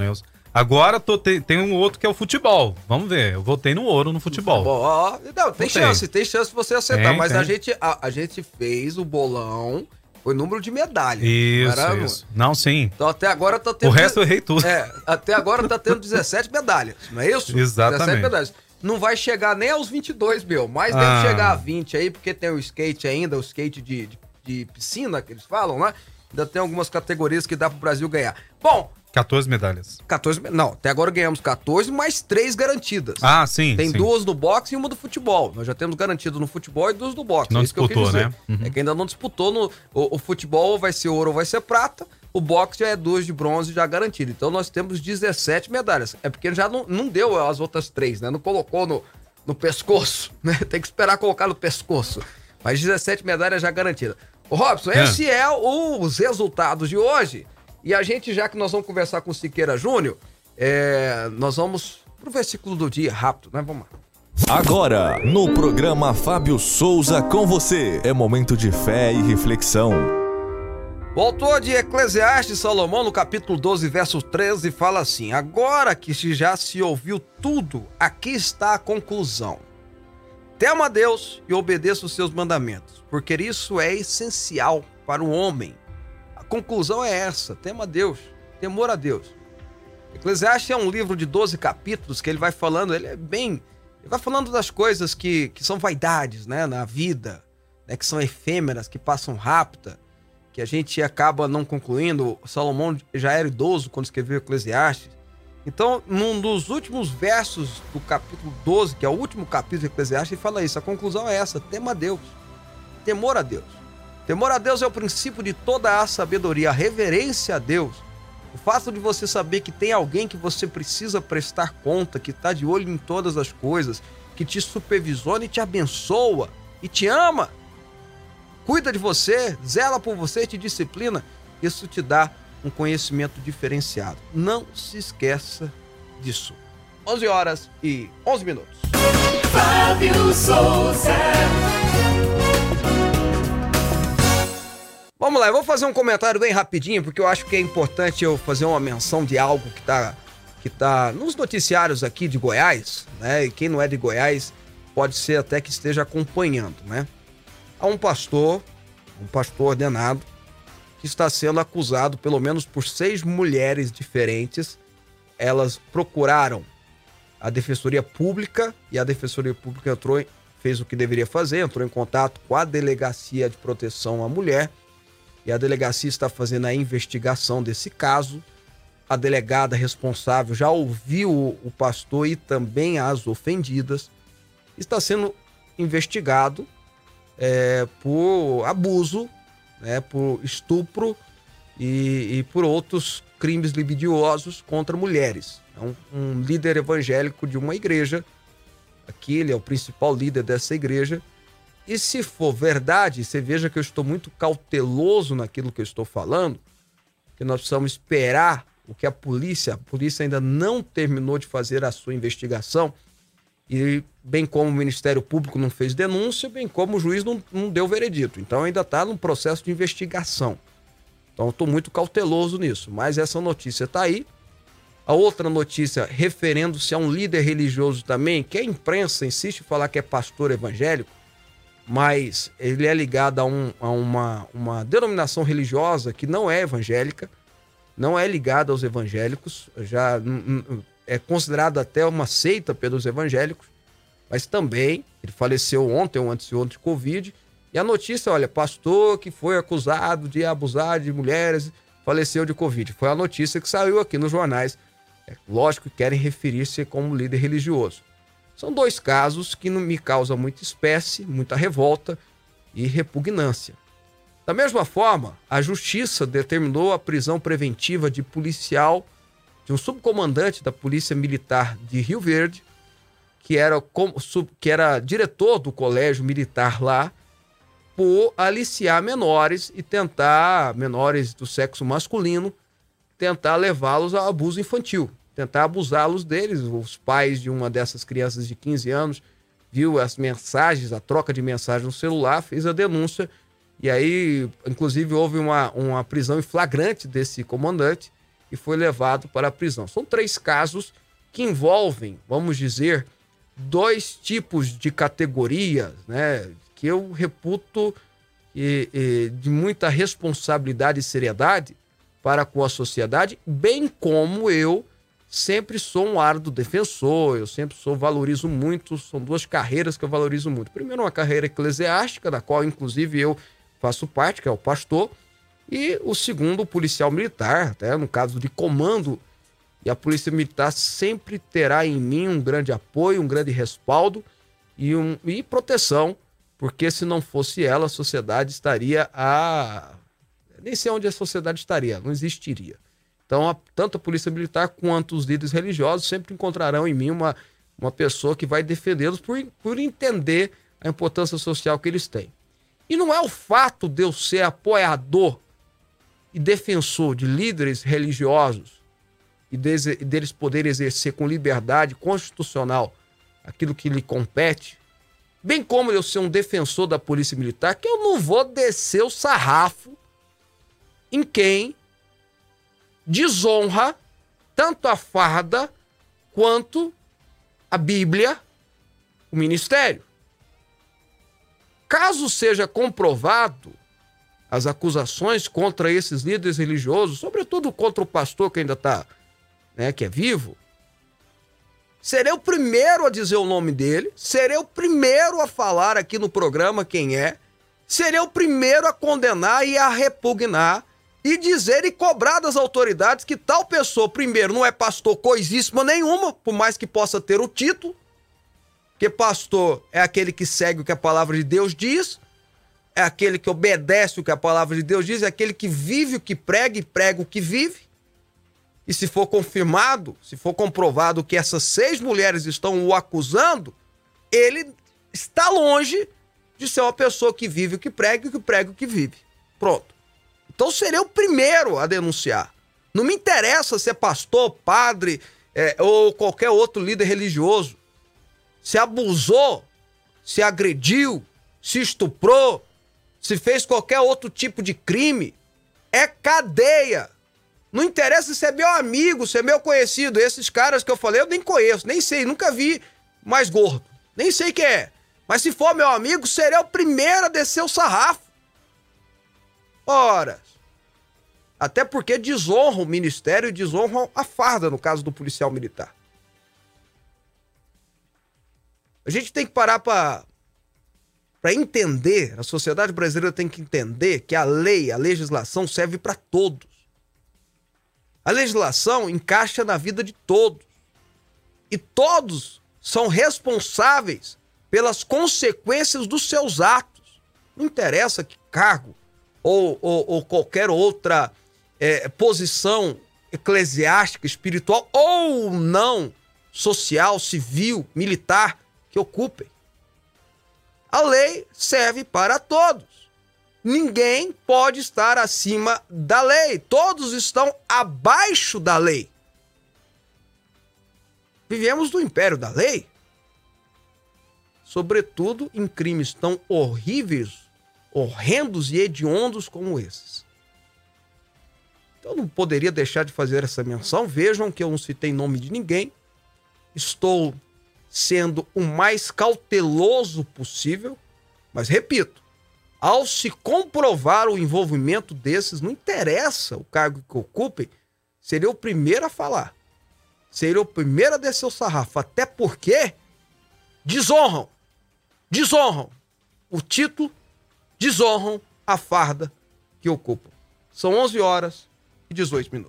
Nilson. Agora tem um outro que é o futebol. Vamos ver, eu votei no ouro no futebol. Não, tem chance de você acertar. Tem, mas tem. a gente fez o bolão, foi número de medalhas. Isso. Não, sim. Então até agora tá tendo... O resto eu errei tudo. Até agora tá tendo 17 medalhas, não é isso? Exatamente. 17 medalhas. Não vai chegar nem aos 22, mas deve chegar a 20 aí, porque tem o skate ainda, o skate de piscina, que eles falam, né? Ainda tem algumas categorias que dá pro Brasil ganhar. Bom... 14 medalhas. Não, até agora ganhamos 14, mais 3 garantidas. Ah, sim. Tem sim. 2 no boxe e uma do futebol. Nós já temos garantido no futebol e 2 no boxe. Não disputou, né? Uhum. É que ainda não disputou. O futebol vai ser ouro ou vai ser prata. O boxe já é 2 de bronze já garantido. Então nós temos 17 medalhas. É porque já não deu as outras 3, né? Não colocou no pescoço, né? Tem que esperar colocar no pescoço. Mas 17 medalhas já garantidas. Ô Robson, esse é os resultados de hoje. E a gente, já que nós vamos conversar com o Siqueira Júnior, nós vamos pro versículo do dia, rápido, né? Vamos lá. Agora, no programa Fábio Souza com você, é momento de fé e reflexão. O autor de Eclesiastes, Salomão, no capítulo 12, verso 13, fala assim: agora que já se ouviu tudo, aqui está a conclusão. Tema a Deus e obedeça os seus mandamentos, porque isso é essencial para o homem. A conclusão é essa: tema a Deus, temor a Deus. Eclesiastes é um livro de 12 capítulos que ele vai falando, ele vai falando das coisas que são vaidades, né, na vida, né, que são efêmeras, que passam rápida, que a gente acaba não concluindo. Salomão já era idoso quando escreveu Eclesiastes. Então, num dos últimos versos do capítulo 12, que é o último capítulo de Eclesiastes, ele fala isso: a conclusão é essa: tema a Deus, temor a Deus. Temor a Deus é o princípio de toda a sabedoria, a reverência a Deus. O fato de você saber que tem alguém que você precisa prestar conta, que está de olho em todas as coisas, que te supervisiona e te abençoa e te ama, cuida de você, zela por você, te disciplina, isso te dá um conhecimento diferenciado. Não se esqueça disso. 11h11. Fábio Souza. Vamos lá, eu vou fazer um comentário bem rapidinho, porque eu acho que é importante eu fazer uma menção de algo que tá nos noticiários aqui de Goiás, né? E quem não é de Goiás pode ser até que esteja acompanhando, né? Há um pastor ordenado, que está sendo acusado pelo menos por 6 mulheres diferentes. Elas procuraram a Defensoria Pública e a Defensoria Pública fez o que deveria fazer, entrou em contato com a Delegacia de Proteção à Mulher, e a delegacia está fazendo a investigação desse caso. A delegada responsável já ouviu o pastor e também as ofendidas. Está sendo investigado por abuso, né, por estupro e por outros crimes libidinosos contra mulheres. É um líder evangélico de uma igreja. Aqui ele é o principal líder dessa igreja. E se for verdade, você veja que eu estou muito cauteloso naquilo que eu estou falando, que nós precisamos esperar o que a polícia ainda não terminou de fazer a sua investigação, e bem como o Ministério Público não fez denúncia, bem como o juiz não deu veredito. Então ainda está num processo de investigação. Então eu estou muito cauteloso nisso, mas essa notícia está aí. A outra notícia, referendo-se a um líder religioso também, que a imprensa insiste em falar que é pastor evangélico, mas ele é ligado a uma denominação religiosa que não é evangélica, não é ligada aos evangélicos, já é considerado até uma seita pelos evangélicos, mas também ele faleceu ontem ou antes de ontem de Covid, e a notícia, olha, pastor que foi acusado de abusar de mulheres, faleceu de Covid. Foi a notícia que saiu aqui nos jornais. É lógico que querem referir-se como líder religioso. São 2 casos que me causam muita espécie, muita revolta e repugnância. Da mesma forma, a Justiça determinou a prisão preventiva de policial, de um subcomandante da Polícia Militar de Rio Verde, que era diretor do colégio militar lá, por aliciar menores e tentar, menores do sexo masculino, tentar levá-los ao abuso infantil, tentar abusá-los deles. Os pais de uma dessas crianças de 15 anos viu as mensagens, a troca de mensagens no celular, fez a denúncia, e aí, inclusive, houve uma prisão em flagrante desse comandante, e foi levado para a prisão. São 3 casos que envolvem, vamos dizer, 2 tipos de categorias, né, que eu reputo de muita responsabilidade e seriedade para com a sociedade, bem como eu sempre sou um árduo defensor, eu sempre valorizo muito, são 2 carreiras que eu valorizo muito. Primeiro, uma carreira eclesiástica, da qual inclusive eu faço parte, que é o pastor, e o segundo, o policial militar, até no caso de comando, e a polícia militar sempre terá em mim um grande apoio, um grande respaldo e proteção, porque se não fosse ela, a sociedade estaria nem sei onde a sociedade estaria, não existiria. Então, tanto a polícia militar quanto os líderes religiosos sempre encontrarão em mim uma pessoa que vai defendê-los por entender a importância social que eles têm. E não é o fato de eu ser apoiador e defensor de líderes religiosos e deles poderem exercer com liberdade constitucional aquilo que lhe compete, bem como eu ser um defensor da polícia militar, que eu não vou descer o sarrafo em quem desonra tanto a farda quanto a Bíblia, o ministério. Caso seja comprovado as acusações contra esses líderes religiosos, sobretudo contra o pastor que ainda está, que é vivo, serei o primeiro a dizer o nome dele, serei o primeiro a falar aqui no programa quem é, serei o primeiro a condenar e a repugnar e dizer e cobrar das autoridades que tal pessoa, primeiro, não é pastor coisíssima nenhuma, por mais que possa ter o título, porque pastor é aquele que segue o que a palavra de Deus diz, é aquele que obedece o que a palavra de Deus diz, é aquele que vive o que prega e prega o que vive. E se for confirmado, se for comprovado que essas 6 mulheres estão o acusando, ele está longe de ser uma pessoa que vive o que prega e que prega o que vive. Pronto. Então serei o primeiro a denunciar. Não me interessa se é pastor, padre ou qualquer outro líder religioso. Se abusou, se agrediu, se estuprou, se fez qualquer outro tipo de crime, é cadeia. Não interessa se é meu amigo, se é meu conhecido. Esses caras que eu falei eu nem conheço, nem sei, nunca vi mais gordo. Nem sei quem é. Mas se for meu amigo, serei o primeiro a descer o sarrafo. Ora, até porque desonram o ministério e desonram a farda, no caso do policial militar. A gente tem que parar para entender, a sociedade brasileira tem que entender que a lei, a legislação serve para todos. A legislação encaixa na vida de todos. E todos são responsáveis pelas consequências dos seus atos. Não interessa que cargo ou qualquer outra posição eclesiástica, espiritual ou não, social, civil, militar, que ocupem. A lei serve para todos. Ninguém pode estar acima da lei. Todos estão abaixo da lei. Vivemos no império da lei. Sobretudo em crimes tão horríveis, horrendos e hediondos como esses. Então não poderia deixar de fazer essa menção. Vejam que eu não citei nome de ninguém. Estou sendo o mais cauteloso possível, mas repito, ao se comprovar o envolvimento desses, não interessa o cargo que ocupem, seria o primeiro a falar. Seria o primeiro a descer o sarrafo, até porque desonram o título, desonram a farda que ocupam. São 11h18.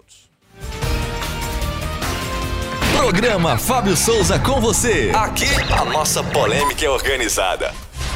Programa Fábio Souza com você. Aqui a nossa polêmica é organizada.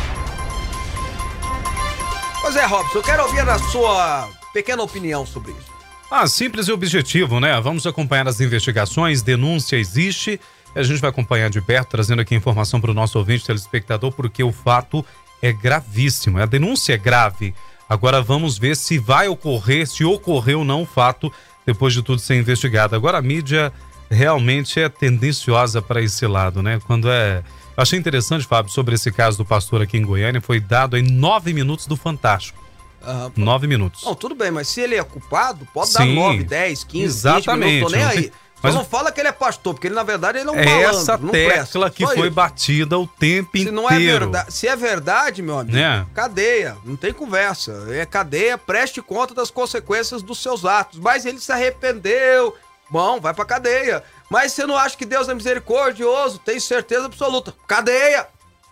Pois é, Robson, eu quero ouvir a sua pequena opinião sobre isso. Simples e objetivo, né? Vamos acompanhar as investigações, denúncia existe, a gente vai acompanhar de perto, trazendo aqui informação para o nosso ouvinte telespectador, porque o fato é gravíssimo, a denúncia é grave. Agora vamos ver se vai ocorrer, se ocorreu ou não o fato, depois de tudo ser investigado. Agora a mídia realmente é tendenciosa para esse lado, né? Eu achei interessante, Fábio, sobre esse caso do pastor aqui em Goiânia, foi dado em 9 minutos do Fantástico. 9 minutos. Não, tudo bem, mas se ele é culpado, pode dar Sim, 9, 10, 15, exatamente, 20 minutos, tô nem não aí. tem- mas Só não fala que ele é pastor, porque ele, na verdade, ele é um É malandro, essa não tecla presta. que Só foi isso. batida o tempo Se inteiro. não é verdade, se é verdade, meu amigo, Né? cadeia, não tem conversa. É cadeia, preste conta das consequências dos seus atos. Mas ele se arrependeu, bom, vai pra cadeia. Mas você não acha que Deus é misericordioso? Tem certeza absoluta. Cadeia!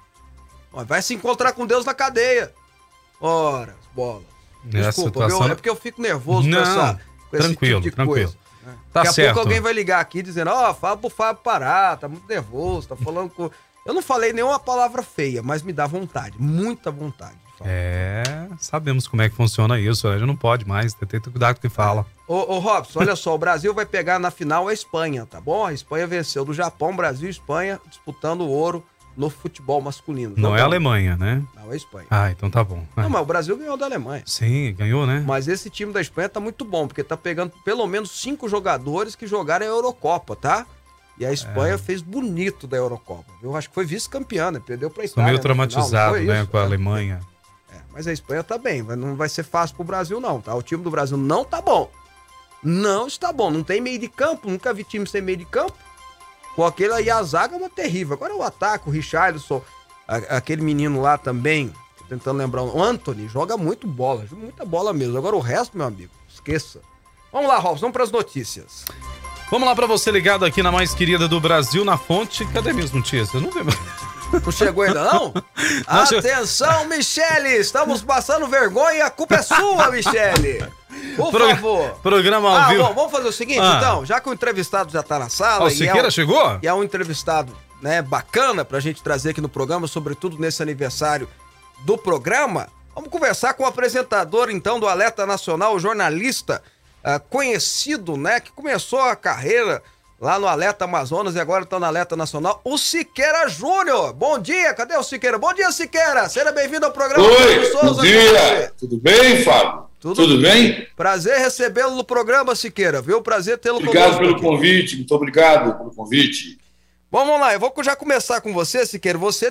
Vai se encontrar com Deus na cadeia. Ora, bola. Essa Desculpa, situação- viu? É porque eu fico nervoso Não, com esse tranquilo, tipo de tranquilo. coisa. Tá Daqui a certo. pouco alguém vai ligar aqui dizendo, fala pro Fábio parar, tá muito nervoso, tá falando com... Eu não falei nenhuma palavra feia, mas me dá vontade, muita vontade de falar. Sabemos como é que funciona isso, a gente não pode mais, tem que ter cuidado com o que fala. Ô Robson, olha só, o Brasil vai pegar na final a Espanha, tá bom? A Espanha venceu do Japão, Brasil e Espanha disputando o ouro no futebol masculino. Não é a Jogando. Alemanha, né? Não, é a Espanha. Ah, então tá bom. Não, mas o Brasil ganhou da Alemanha. Sim, ganhou, né? Mas esse time da Espanha tá muito bom, porque tá pegando pelo menos 5 jogadores que jogaram a Eurocopa, tá? E a Espanha fez bonito da Eurocopa, viu? Acho que foi vice-campeã, né? Perdeu pra Tô Itália. meio no final, traumatizado, não foi né, isso? com a Alemanha. Mas a Espanha tá bem, não vai ser fácil pro Brasil não, tá? O time do Brasil não tá bom. Não está bom, não tem meio de campo, nunca vi time sem meio de campo. Com aquele aí a zaga é uma terrível. Agora o ataque, o Richarlison, aquele menino lá também, tô tentando lembrar, o Anthony, joga muito bola, muita bola mesmo. Agora o resto, meu amigo, esqueça. Vamos lá, Robson, vamos pras notícias. Vamos lá pra você ligado aqui na mais querida do Brasil, na fonte. Cadê minhas notícias? Não vemos. Não chegou ainda não? Atenção, Michele, estamos passando vergonha, a culpa é sua, Michele. Por favor. Programa ao vivo. Bom, vamos fazer o seguinte, então, já que o entrevistado já tá na sala. O Siqueira chegou? E é um entrevistado, né, bacana pra gente trazer aqui no programa, sobretudo nesse aniversário do programa. Vamos conversar com o apresentador, então, do Alerta Nacional, o jornalista conhecido, né, que começou a carreira lá no Alerta Amazonas e agora tá no Alerta Nacional, o Siqueira Júnior. Bom dia, cadê o Siqueira? Bom dia, Siqueira. Seja bem-vindo ao programa. Oi, bom dia. Tudo bem, Fábio? Tudo bem? Prazer recebê-lo no programa, Siqueira, viu? Prazer tê-lo conosco. Obrigado pelo convite, muito obrigado pelo convite. Vamos lá, eu vou já começar com você, Siqueira. Você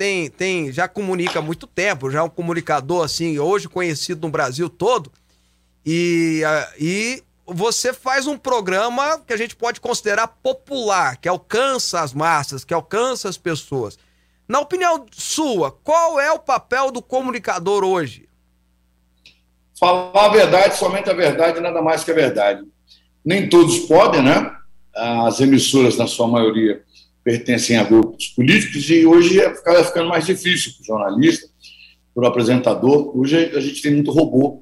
já comunica há muito tempo, já é um comunicador, assim, hoje conhecido no Brasil todo. E você faz um programa que a gente pode considerar popular, que alcança as massas, que alcança as pessoas. Na opinião sua, qual é o papel do comunicador hoje? Falar a verdade, somente a verdade, nada mais que a verdade. Nem todos podem, né? As emissoras, na sua maioria, pertencem a grupos políticos e hoje acaba ficando mais difícil para o jornalista, para o apresentador. Hoje a gente tem muito robô,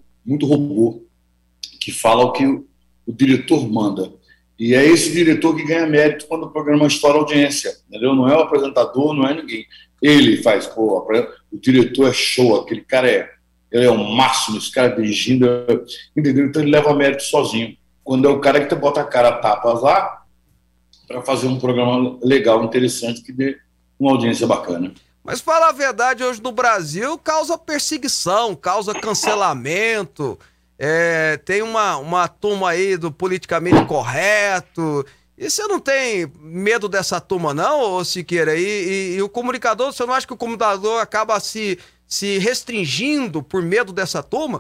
que fala o que o diretor manda. E é esse diretor que ganha mérito quando o programa estoura audiência, entendeu? Não é o apresentador, não é ninguém. Ele faz, o diretor é show, aquele cara ele é o máximo, esse cara dirigindo, entendeu? Então ele leva mérito sozinho. Quando é o cara que bota a cara a tapas lá para fazer um programa legal, interessante, que dê uma audiência bacana. Mas falar a verdade, hoje no Brasil causa perseguição, causa cancelamento. Tem uma turma aí do politicamente correto. E você não tem medo dessa turma, não, ô Siqueira? E o comunicador, você não acha que o comunicador acaba se restringindo por medo dessa turma?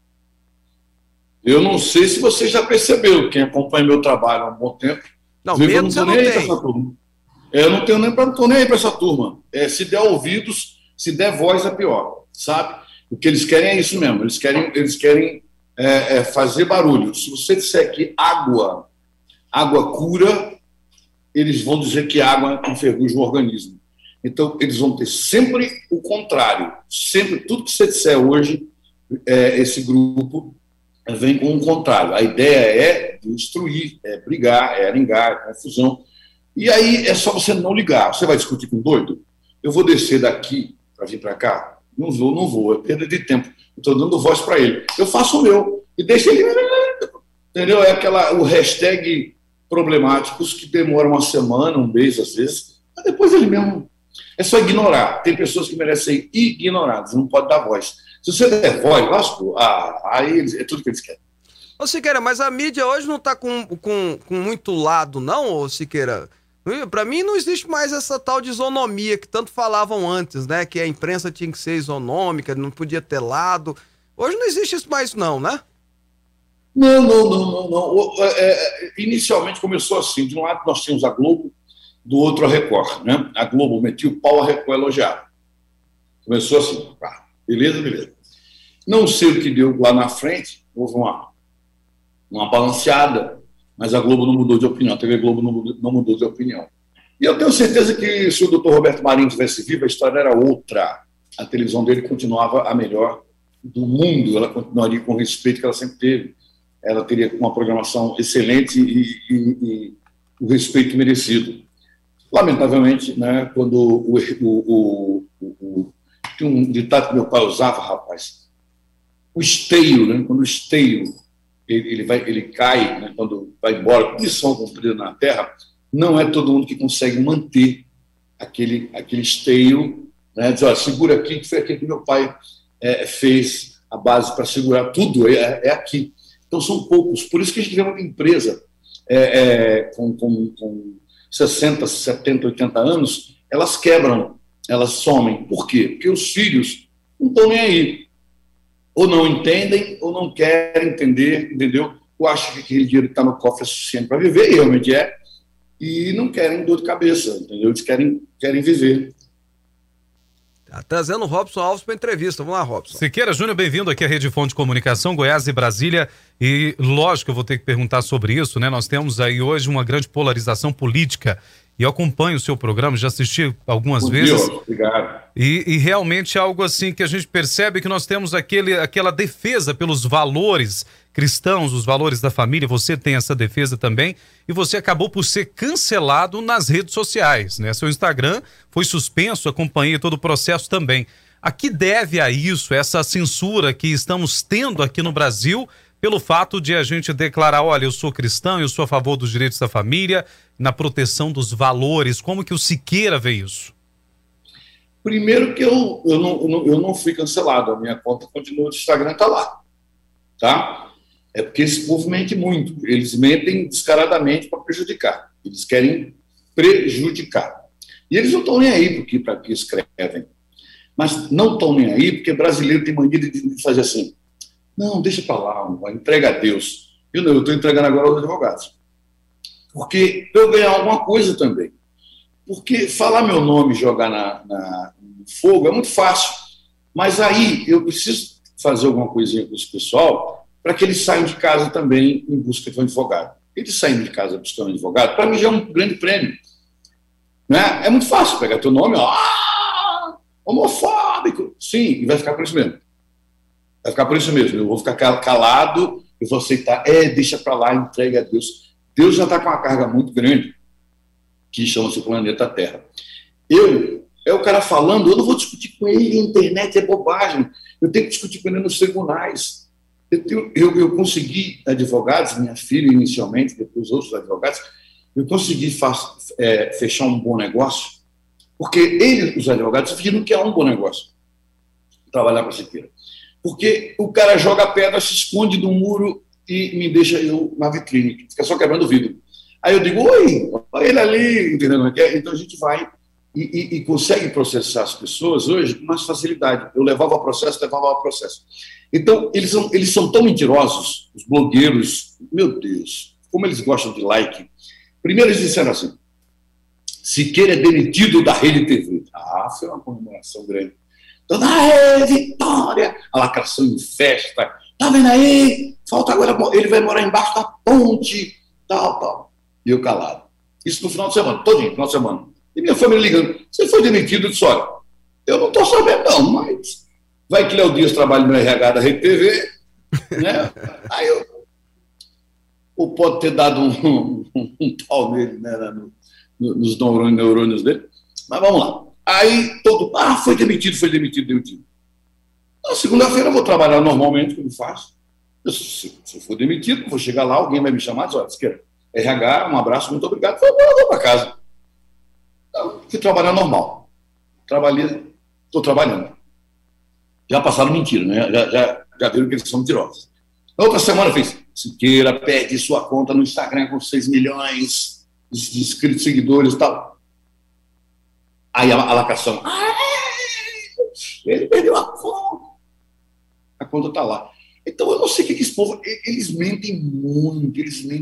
Eu não sei se você já percebeu, quem acompanha meu trabalho há um bom tempo. Não, medo você não tem. Eu não tenho nem tô nem aí para essa turma. Se der ouvidos, se der voz é pior, sabe? O que eles querem é isso mesmo. Eles querem fazer barulho. Se você disser que água cura, eles vão dizer que água enferruja o organismo. Então, eles vão ter sempre o contrário. Sempre, tudo que você disser hoje, esse grupo vem com o contrário. A ideia é destruir, é brigar, é aringar, é confusão. E aí é só você não ligar. Você vai discutir com um doido? Eu vou descer daqui para vir para cá? Não vou. É perda de tempo. Estou dando voz para ele. Eu faço o meu. E deixa ele... Entendeu? O hashtag problemáticos que demora uma semana, um mês, às vezes. Mas depois ele mesmo... É só ignorar. Tem pessoas que merecem ser ignoradas. Não pode dar voz. Se você der voz, lascou. Aí é tudo que eles querem. Ô Siqueira, mas a mídia hoje não está com muito lado, não, ô Siqueira? Para mim não existe mais essa tal de isonomia que tanto falavam antes, né? Que a imprensa tinha que ser isonômica, não podia ter lado. Hoje não existe isso mais não, né? Não. Inicialmente começou assim, de um lado nós tínhamos a Globo, do outro a Record, né? A Globo metia o pau, a Record elogiava. Começou assim, beleza. Não sei o que deu lá na frente, houve uma balanceada, mas a Globo não mudou de opinião, a TV Globo não mudou de opinião. E eu tenho certeza que se o doutor Roberto Marinho tivesse vivo, a história era outra. A televisão dele continuava a melhor do mundo, ela continuaria com o respeito que ela sempre teve. Ela teria uma programação excelente e o respeito merecido. Lamentavelmente, né, quando tinha um ditado que meu pai usava, rapaz, o esteio, né, quando o esteio ele cai, né, quando vai embora, com missão cumprida na Terra, não é todo mundo que consegue manter aquele esteio, né, dizer, olha, segura aqui, que foi aquilo que meu pai fez, a base para segurar tudo, é aqui. Então, são poucos. Por isso que a gente vê uma empresa com 60, 70, 80 anos, elas quebram, elas somem. Por quê? Porque os filhos não estão nem aí. Ou não entendem, ou não querem entender, entendeu? Ou acham que aquele dinheiro que está no cofre é suficiente para viver, e realmente é, e não querem dor de cabeça, entendeu? Eles querem viver. Tá trazendo o Robson Alves para entrevista. Vamos lá, Robson. Siqueira Júnior, bem-vindo aqui à Rede Fonte de Comunicação, Goiás e Brasília. E lógico, eu vou ter que perguntar sobre isso, né? Nós temos aí hoje uma grande polarização política. E eu acompanho o seu programa, já assisti algumas vezes. Obrigado. E realmente é algo assim que a gente percebe que nós temos aquela defesa pelos valores cristãos, os valores da família. Você tem essa defesa também. E você acabou por ser cancelado nas redes sociais, né? Seu Instagram foi suspenso, acompanhei todo o processo também. A que deve a isso, essa censura que estamos tendo aqui no Brasil, pelo fato de a gente declarar, olha, eu sou cristão, eu sou a favor dos direitos da família, na proteção dos valores? Como que o Siqueira vê isso? Primeiro que eu não fui cancelado, a minha conta continua, o Instagram está lá, tá? É porque esse povo mente muito, eles mentem descaradamente para prejudicar, eles querem prejudicar. E eles não estão nem aí para que escrevem, mas não estão nem aí porque brasileiro tem mania de fazer assim, não, deixa para lá, entrega a Deus. Eu estou entregando agora aos advogados. Porque eu ganhar alguma coisa também. Porque falar meu nome e jogar no fogo é muito fácil. Mas aí eu preciso fazer alguma coisinha com esse pessoal para que eles saiam de casa também em busca de um advogado. Eles saindo de casa buscando um advogado, para mim já é um grande prêmio. Né? É muito fácil pegar teu nome, homofóbico. Sim, e vai ficar por isso mesmo. Vai ficar por isso mesmo. Eu vou ficar calado, eu vou aceitar. Deixa para lá, entrega a Deus. Deus já está com uma carga muito grande, que chama-se o planeta Terra. O cara falando, eu não vou discutir com ele, a internet é bobagem. Eu tenho que discutir com ele nos tribunais. Eu consegui advogados, minha filha inicialmente, depois outros advogados, eu consegui fechar um bom negócio, porque os advogados, viram que é um bom negócio trabalhar para a Siqueira. Porque o cara joga a pedra, se esconde do muro e me deixa eu na vitrine, fica só quebrando o vidro. Aí eu digo, oi, olha ele ali, entendeu? Então a gente vai e consegue processar as pessoas hoje com mais facilidade. Eu levava processo. Então, eles são tão mentirosos, os blogueiros, meu Deus, como eles gostam de like. Primeiro eles disseram assim, Siqueira é demitido da Rede TV. Foi uma comemoração grande. Dona Vitória, a lacração em festa, tá vendo aí? Falta agora, ele vai morar embaixo da ponte, tal. E eu calado. Isso no final de semana, todinho, final de semana. E minha família ligando, você foi demitido? Eu disse, olha, eu não estou sabendo não, mas vai que Léo Dias trabalha no RH da Rede TV, né? Aí ou pode ter dado um pau nele, né, nos neurônios dele, mas vamos lá. Aí foi demitido. Na segunda-feira eu vou trabalhar normalmente, como faço. Se eu for demitido, vou chegar lá, alguém vai me chamar e dizer, olha, Siqueira, RH, um abraço, muito obrigado, vou para casa. Então, fui trabalhar normal. Estou trabalhando. Já passaram mentira, né? Já viram que eles são mentirosos. Na outra semana fez, Siqueira perde sua conta no Instagram com 6 milhões de inscritos, seguidores e tal. Aí a lacração, ele perdeu a conta. a conta está lá. Então, eu não sei o que esse povo... Eles mentem muito,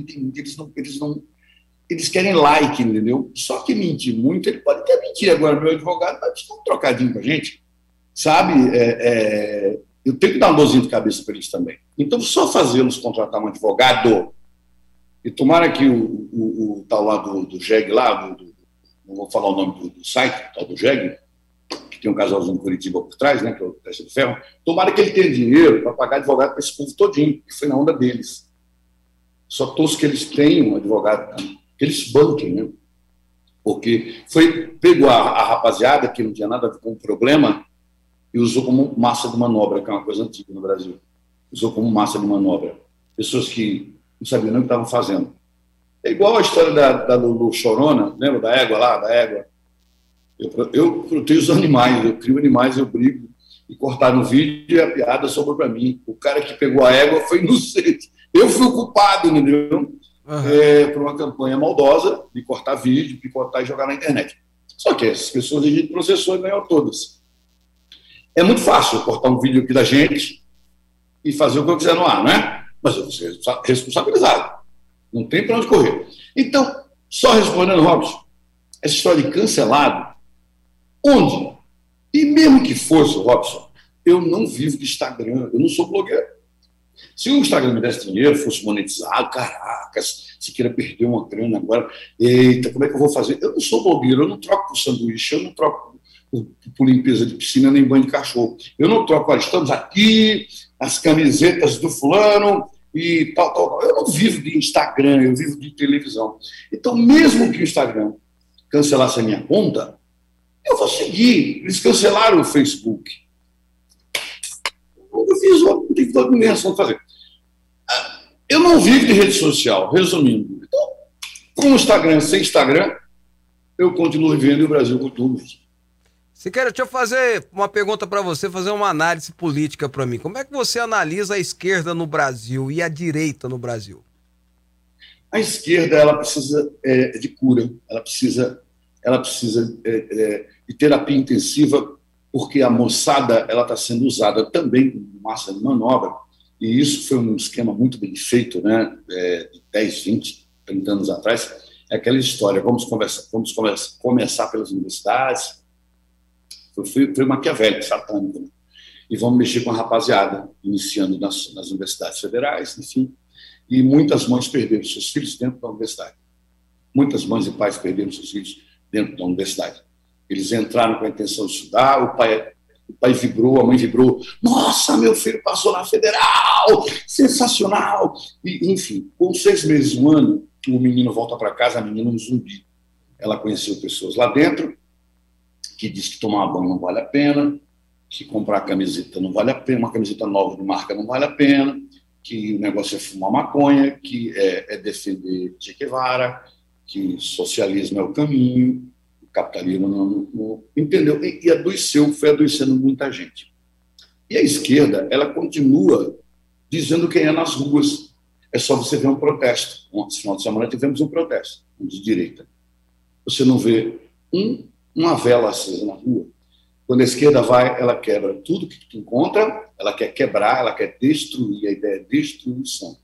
eles querem like, entendeu? Só que mentir muito, ele pode até mentir. Agora, meu advogado vai dar um trocadinho com a gente, sabe? Eu tenho que dar um dorzinho de cabeça para eles também. Então, só fazê-los contratar um advogado, e tomara que o tal lá do JEG, lá, não vou falar o nome do site, tal do JEG, que tem um casalzinho em Curitiba por trás, né, que é o Teste de Ferro, tomara que ele tenha dinheiro para pagar advogado para esse povo todinho, que foi na onda deles. Só torço que eles tenham um advogado, que eles banquem, né? Porque pegou a rapaziada que não tinha nada a ver com o problema e usou como massa de manobra, que é uma coisa antiga no Brasil. Usou como massa de manobra. Pessoas que não sabiam nem o que estavam fazendo. É igual a história da Lulu Chorona, lembra da égua lá, da égua? Eu protejo os animais, eu crio animais, eu brigo. E cortaram o vídeo e a piada sobrou para mim. O cara que pegou a égua foi inocente. Eu fui o culpado, entendeu? Por uma campanha maldosa de cortar vídeo, picotar e jogar na internet. Só que essas pessoas a gente processou e ganhou todas. É muito fácil cortar um vídeo aqui da gente e fazer o que eu quiser no ar, né? Mas eu vou ser responsabilizado. Não tem para onde correr. Então, só respondendo, Robson, essa história de cancelado, onde? E mesmo que fosse, Robson, eu não vivo de Instagram, eu não sou blogueiro. Se o Instagram me desse dinheiro, fosse monetizado, caracas, se queira perder uma grana agora, eita, como é que eu vou fazer? Eu não sou blogueiro, eu não troco por sanduíche, eu não troco por limpeza de piscina nem banho de cachorro. Eu não troco, olha, estamos aqui, as camisetas do fulano e tal. Eu não vivo de Instagram, eu vivo de televisão. Então, mesmo que o Instagram cancelasse a minha conta, eu vou seguir. Eles cancelaram o Facebook. Eu fiz não tem dimensão de fazer. Eu não vivo de rede social, resumindo. Então, com o Instagram, sem Instagram, eu continuo vivendo e o Brasil continua mesmo. Siqueira, deixa eu fazer uma pergunta para você, fazer uma análise política para mim. Como é que você analisa a esquerda no Brasil e a direita no Brasil? A esquerda, ela precisa de cura, ela precisa de terapia intensiva, porque a moçada está sendo usada também como massa de manobra, e isso foi um esquema muito bem feito, né, de 10, 20, 30 anos atrás. É aquela história, vamos começar pelas universidades, foi maquiavélico, satânico, né? E vamos mexer com a rapaziada, iniciando nas universidades federais, enfim, e muitas mães perderam seus filhos dentro da universidade. Muitas mães e pais perderam seus filhos dentro da universidade. Eles entraram com a intenção de estudar, o pai vibrou, a mãe vibrou. Nossa, meu filho passou na federal, sensacional. E, enfim, com 6 meses, 1 ano, o menino volta para casa, a menina um zumbi. Ela conheceu pessoas lá dentro que diz que tomar banho não vale a pena, que comprar camiseta não vale a pena, uma camiseta nova de marca não vale a pena, que o negócio é fumar maconha, que é defender Che Guevara, que socialismo é o caminho, o capitalismo não entendeu? E foi adoecendo muita gente. E a esquerda, ela continua dizendo quem é nas ruas. É só você ver um protesto. Esse final de semana tivemos um protesto de direita. Você não vê uma vela acesa na rua. Quando a esquerda vai, ela quebra tudo que encontra, ela quer quebrar, ela quer destruir, a ideia é destruição.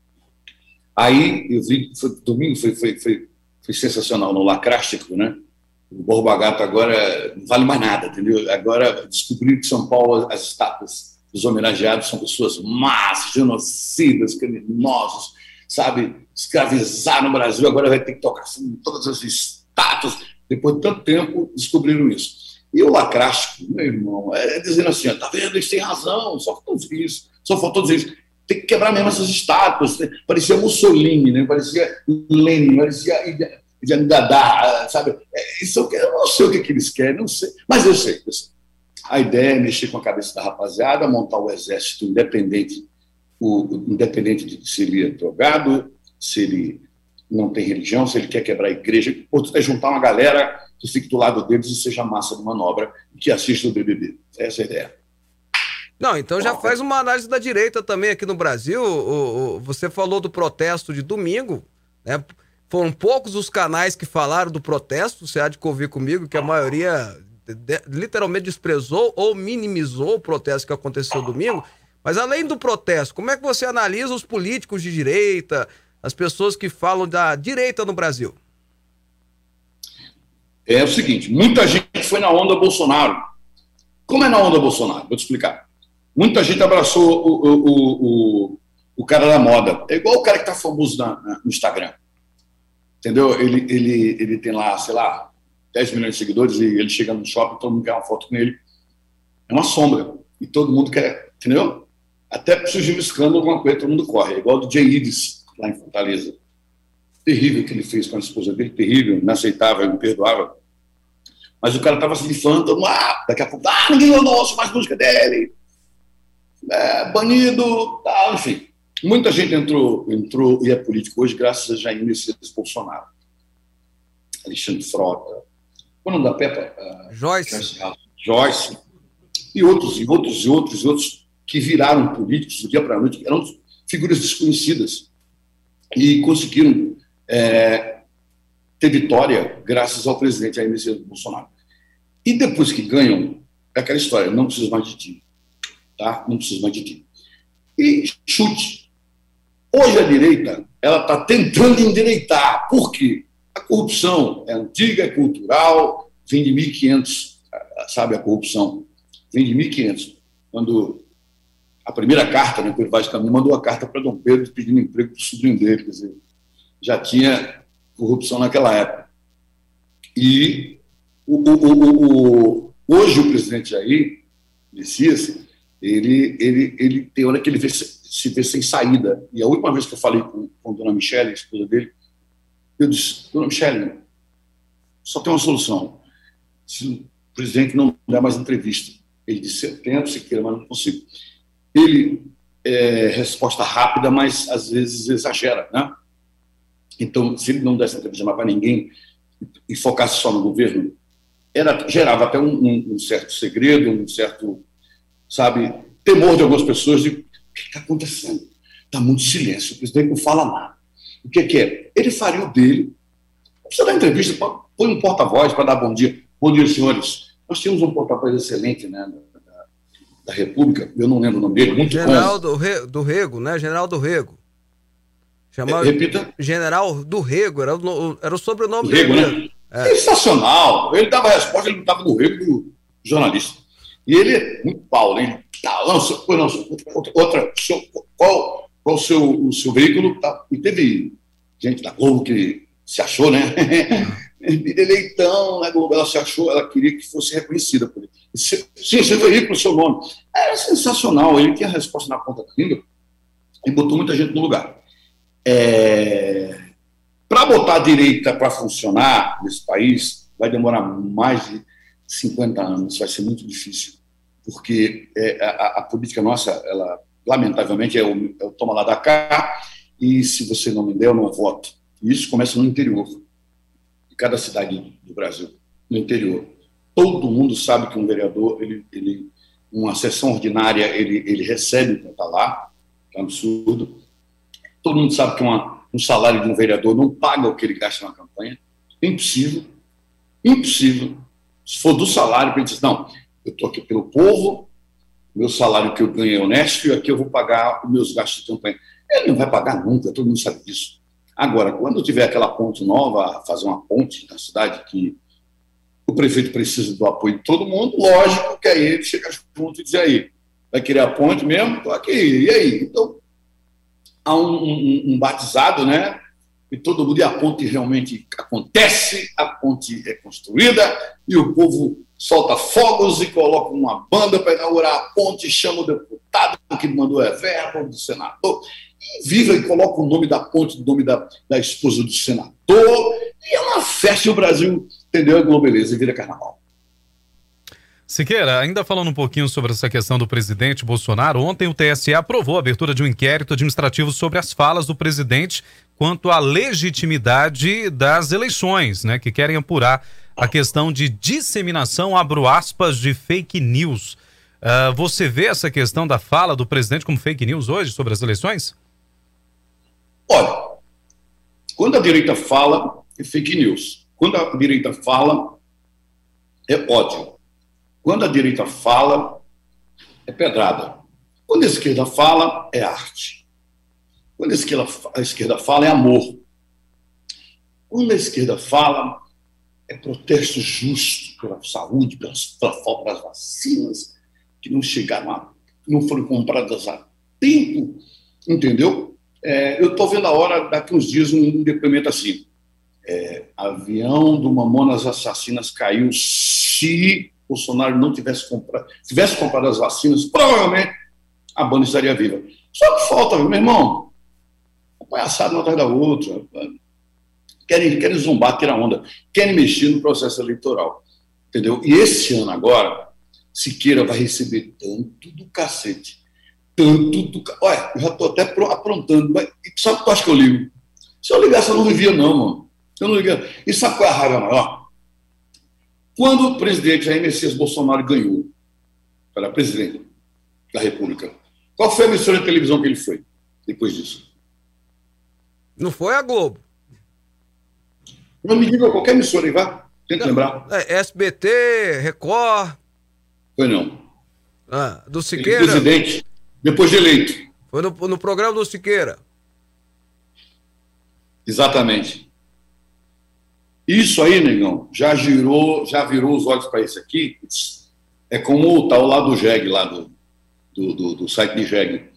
Aí, eu vi, domingo foi sensacional, no Lacrástico, né? O Borba Gato agora não vale mais nada, entendeu? Agora descobriram que São Paulo, as estátuas dos homenageados são pessoas más, genocidas, criminosos, sabe? Escravizaram o Brasil, agora vai ter que tocar assim, todas as estátuas. Depois de tanto tempo, descobriram isso. E o Lacrástico, meu irmão, dizendo assim, tá vendo, eles têm razão, só faltou dizer isso. Tem que quebrar mesmo essas estátuas. Parecia Mussolini, né? Parecia Lenin, parecia Jangadá, sabe? Isso eu não sei o que eles querem, não sei. Mas eu sei. A ideia é mexer com a cabeça da rapaziada, montar o exército independente, independente de se ele é drogado, se ele não tem religião, se ele quer quebrar a igreja. O outro é juntar uma galera que fique do lado deles e seja massa de manobra e que assista o BBB. Essa é a ideia. Não, então já faz uma análise da direita também aqui no Brasil. Você falou do protesto de domingo, né? Foram poucos os canais que falaram do protesto, você há de convir comigo que a maioria literalmente desprezou ou minimizou o protesto que aconteceu domingo. Mas além do protesto, como é que você analisa os políticos de direita, as pessoas que falam da direita no Brasil? É o seguinte, muita gente foi na onda Bolsonaro. Como é na onda Bolsonaro? Vou te explicar. Muita gente abraçou o cara da moda. É igual o cara que está famoso no Instagram. Entendeu? Ele tem lá, sei lá, 10 milhões de seguidores e ele chega no shopping, todo mundo quer uma foto com ele. É uma sombra. E todo mundo quer, entendeu? Até surgiu um escândalo, alguma coisa, todo mundo corre. É igual do Jay Ides, lá em Fortaleza. Terrível o que ele fez com a esposa dele, terrível, inaceitável, imperdoável. Mas o cara estava se difamando, todo mundo, daqui a pouco, ninguém ouve mais música dele. Banido, tal, enfim. Muita gente entrou e é político hoje graças a Jair Messias Bolsonaro. Alexandre Frota. Qual é o nome da Peppa? Joyce. E outros que viraram políticos do dia para a noite, eram figuras desconhecidas e conseguiram ter vitória graças ao presidente Jair Messias Bolsonaro. E depois que ganham, é aquela história, não preciso mais de ti. Tá? Não preciso mais de ti. E chute. Hoje a direita, ela está tentando endireitar. Por quê? A corrupção é antiga, é cultural, vem de 1500, sabe a corrupção? Vem de 1500. Quando a primeira carta, né, o Vaz Caminho mandou a carta para Dom Pedro pedindo emprego para o sobrinho dele, quer dizer, já tinha corrupção naquela época. E hoje o presidente Jair Messias, ele tem hora que ele se vê sem saída. E a última vez que eu falei com a dona Michele, a esposa dele, eu disse, dona Michele, só tem uma solução. Se o presidente não der mais entrevista. Ele disse, eu tento, se queira, mas não consigo. Ele resposta rápida, mas às vezes exagera, né? Então, se ele não desse entrevista mais para ninguém e focasse só no governo, gerava até um certo segredo, um certo, sabe, temor de algumas pessoas de o que está acontecendo? Está muito silêncio, o presidente não fala nada. O que é? Ele faria o dele. Não precisa dar entrevista, põe um porta-voz para dar bom dia. Bom dia, senhores. Nós tínhamos um porta-voz excelente, né, da República, eu não lembro o nome dele, muito General do Rego, né? General do Rego. Repita. General do Rego, era o sobrenome Rego, dele. Né? Sensacional. Ele dava a resposta, ele não estava no Rego do jornalista. E ele é muito pau, né? Qual o seu veículo? E teve gente da Globo que se achou, né? Eleitão, né, Globo, ela se achou, ela queria que fosse reconhecida por ele. Sim, seu veículo, seu nome. Era sensacional, ele tinha a resposta na ponta da língua e botou muita gente no lugar. Para botar a direita para funcionar nesse país, vai demorar mais de 50 anos, vai ser muito difícil, porque a política nossa, ela, lamentavelmente, é o toma lá da cá, e se você não me der, eu não voto. E isso começa no interior, de cada cidade do Brasil, no interior. Todo mundo sabe que um vereador, uma sessão ordinária, ele recebe para estar lá, é um absurdo. Todo mundo sabe que um salário de um vereador não paga o que ele gasta na campanha. É impossível. Impossível. Se for do salário, ele diz, não, eu estou aqui pelo povo, meu salário que eu ganho é honesto e aqui eu vou pagar os meus gastos de campanha. Ele não vai pagar nunca, todo mundo sabe disso. Agora, quando tiver aquela ponte nova, fazer uma ponte na cidade que o prefeito precisa do apoio de todo mundo, lógico que aí ele chega junto e diz, aí, vai querer a ponte mesmo? Estou aqui, e aí? Então, há um batizado, né? E todo mundo, e a ponte realmente acontece, a ponte é construída, e o povo solta fogos e coloca uma banda para inaugurar a ponte, chama o deputado que mandou verba, do senador, e viva e coloca o nome da ponte, o nome da esposa do senador, e é uma festa, e o Brasil, entendeu? Globeleza e vira carnaval. Siqueira, ainda falando um pouquinho sobre essa questão do presidente Bolsonaro, ontem o TSE aprovou a abertura de um inquérito administrativo sobre as falas do presidente quanto à legitimidade das eleições, né, que querem apurar a questão de disseminação, abro aspas, de fake news. Você vê essa questão da fala do presidente como fake news hoje sobre as eleições? Olha, quando a direita fala, é fake news. Quando a direita fala, é ódio. Quando a direita fala, é pedrada. Quando a esquerda fala, é arte. Quando a esquerda fala, é amor. Quando a esquerda fala, é protesto justo pela saúde, pela falta das vacinas, que não chegaram, não foram compradas a tempo, entendeu? Eu estou vendo a hora, daqui uns dias, um depoimento assim. Avião do Mamonas Assassinas caiu. Se Bolsonaro não tivesse comprado as vacinas, provavelmente a banda estaria viva. Só que falta, meu irmão, uma palhaçada uma atrás da outra. Querem zombar, tirar onda, querem mexer no processo eleitoral, entendeu? E esse ano agora, Siqueira vai receber tanto do cacete, olha, eu já estou até aprontando, mas sabe o que eu acho que eu ligo? Se eu ligasse, eu não vivia não, mano. Eu não ligasse. E sabe qual é a raiva maior? Quando o presidente Jair Messias Bolsonaro ganhou para presidente da República, qual foi a emissora de televisão que ele foi depois disso? Não foi a Globo. Não me diga qualquer emissora aí, vai. Tenta lembrar. SBT, Record. Foi não. Do Siqueira. Ele presidente, depois de eleito. Foi no programa do Siqueira. Exatamente. Isso aí, negão, já virou os olhos para isso aqui. É como o tal lá do JEG, lá do site de JEG.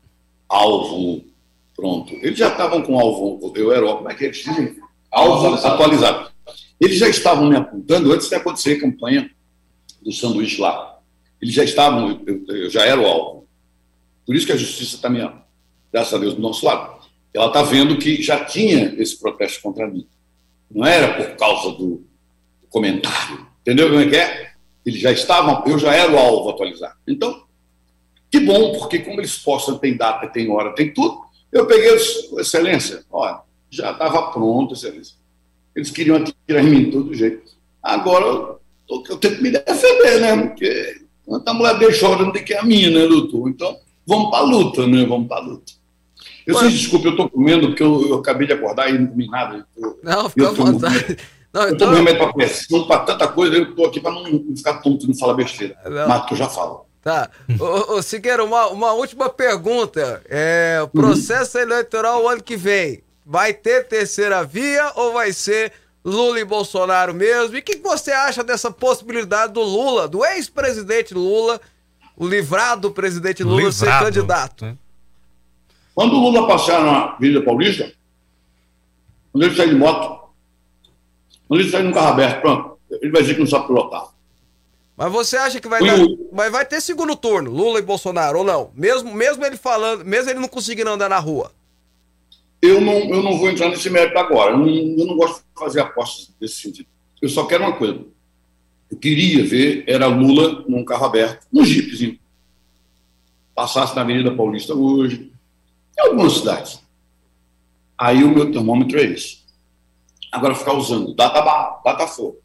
Alvo, pronto. Eles já estavam com alvo, como é que eles dizem? Alvo atualizado. Eles já estavam me apontando antes de acontecer a campanha do sanduíche lá. Eles já estavam, eu já era o alvo. Por isso que a justiça está, graças a Deus, do nosso lado. Ela está vendo que já tinha esse protesto contra mim. Não era por causa do comentário. Entendeu como é que é? Eles já estavam, eu já era o alvo atualizado. Então, que bom, porque como eles postam, tem data, tem hora, tem tudo, eu peguei, excelência, olha, já estava pronto, excelência. Eles queriam atirar em mim de todo jeito. Agora, eu tenho que me defender, né? Porque a mulher dele chorando de que é a minha, né, doutor? Então, vamos para a luta, né? Vamos para a luta. Desculpe, eu estou comendo, porque eu acabei de acordar e não comi nada. Não, fica à vontade. Eu estou com remédio para pressão, para tanta coisa, eu estou aqui para não ficar tonto, não falar besteira. Não. Mas que eu já falo. Tá. Ô, Siqueira, uma última pergunta. O processo eleitoral o ano que vem, vai ter terceira via ou vai ser Lula e Bolsonaro mesmo? E o que você acha dessa possibilidade do Lula, do ex-presidente Lula, o livrado presidente Lula, ser candidato? Quando o Lula passar na Avenida Paulista, quando ele sair de moto, quando ele sair num carro aberto, pronto, ele vai dizer que não sabe pilotar. Mas você acha que vai ter segundo turno, Lula e Bolsonaro, ou não? Mesmo ele falando, mesmo ele não conseguindo andar na rua? Eu não vou entrar nesse mérito agora. Eu não gosto de fazer apostas desse sentido. Eu só quero uma coisa. Eu queria ver, era Lula num carro aberto, num jipezinho. Passasse na Avenida Paulista hoje, em algumas cidades. Aí o meu termômetro é esse. Agora ficar usando Datafolha,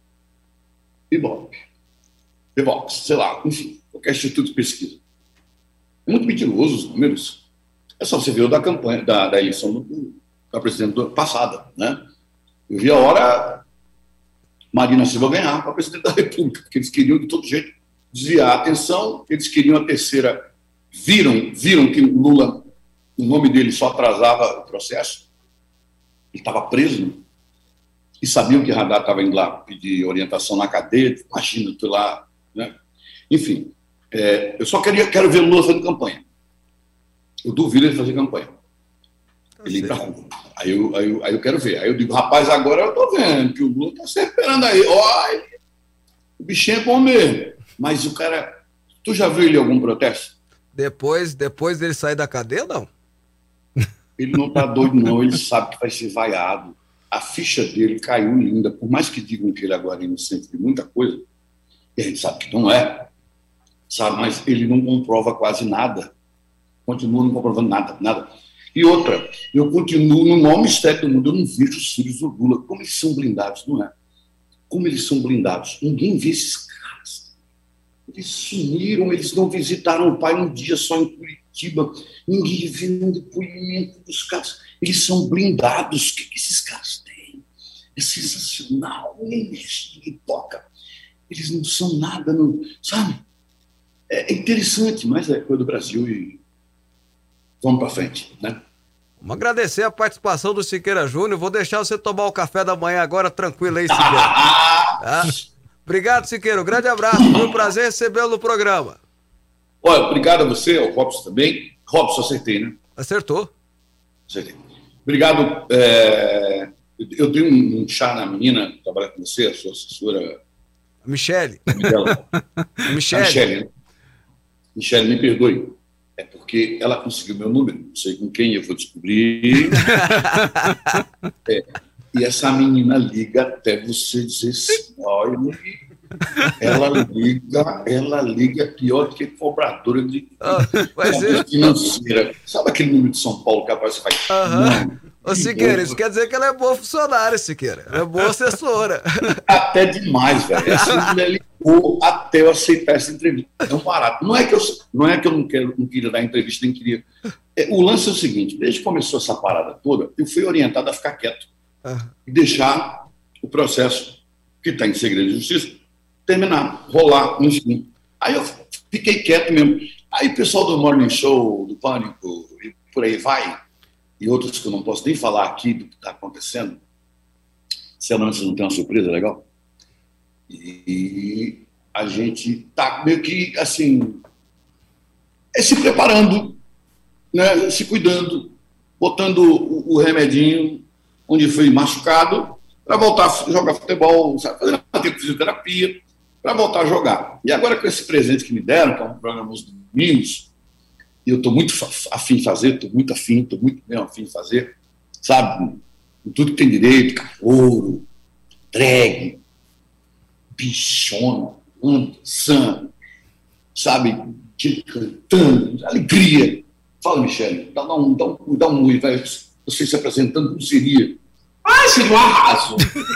Ibope, Evox, sei lá, enfim, qualquer instituto de pesquisa. É muito mentiroso os números. É só você ver o da campanha, da eleição da presidente passada, né? Eu vi a hora Marina Silva ganhar para presidente da República, porque eles queriam de todo jeito desviar a atenção, eles queriam a terceira. Viram que o Lula, o nome dele só atrasava o processo. Ele estava preso, né? E sabiam que Haddad estava indo lá pedir orientação na cadeia, imagina, tu lá, né? Enfim, eu só quero ver o Lula fazendo campanha. Eu duvido ele fazer campanha. Ele ir pra rua. Aí eu quero ver. Aí eu digo, rapaz, agora eu tô vendo que o Lula tá se esperando aí. Olha, o bichinho é bom mesmo. Mas o cara... Tu já viu ele em algum protesto? Depois dele sair da cadeia, não? Ele não tá doido, não. Ele sabe que vai ser vaiado. A ficha dele caiu linda. Por mais que digam que ele agora é inocente de muita coisa, e a gente sabe que não é, sabe? Mas ele não comprova quase nada. Continua não comprovando nada. E outra, eu continuo no maior mistério do mundo. Eu não vejo os filhos do Lula. Como eles são blindados, não é? Como eles são blindados. Ninguém vê esses caras. Eles sumiram, eles não visitaram o pai um dia só em Curitiba. Ninguém viu um depoimento dos caras. Eles são blindados. O que esses caras têm? É sensacional. Ninguém mexe, ninguém toca. Eles não são nada, não, sabe? É interessante, mas é coisa do Brasil e vamos para frente, né? Vamos agradecer a participação do Siqueira Júnior. Vou deixar você tomar o café da manhã agora tranquilo aí, Siqueira. Tá? Obrigado, Siqueira. Um grande abraço. Foi um prazer recebê-lo no programa. Olha, obrigado a você, ao Robson também. Robson, acertei, né? Acertou. Acertei. Obrigado. Eu dei um chá na menina que trabalha com você, a sua assessora. Michele. Michele, né? Michele, me perdoe. É porque ela conseguiu meu número. Não sei com quem, eu vou descobrir. E essa menina liga até você dizer assim, olha, ela liga pior do que cobradora de financeira. Sabe aquele número de São Paulo que aparece e faz... Ô, Siqueira, isso quer dizer que ela é boa funcionária, Siqueira. Ela é boa assessora. Até demais, velho. Essa mulher ligou até eu aceitar essa entrevista. É um barato. Não é que eu não queria dar entrevista, nem queria. O lance é o seguinte, desde que começou essa parada toda, eu fui orientado a ficar quieto e deixar o processo que está em segredo de justiça terminar, rolar, enfim. Aí eu fiquei quieto mesmo. Aí o pessoal do Morning Show, do Pânico, e por aí vai, e outros que eu não posso nem falar aqui do que está acontecendo, se não tem uma surpresa legal. E a gente está meio que, assim, se preparando, né, se cuidando, botando o remedinho onde foi machucado para voltar a jogar futebol, sabe, fazendo uma fisioterapia, para voltar a jogar. E agora com esse presente que me deram, que é um programa nos domingos, e eu estou muito afim de fazer, estou muito afim de fazer, sabe? Tudo que tem direito, cavoro, drag, bichona, dançando, sabe? Cantando, alegria. Fala, Michele, dá um oi, vai, você se apresentando, como seria? Seria um arraso.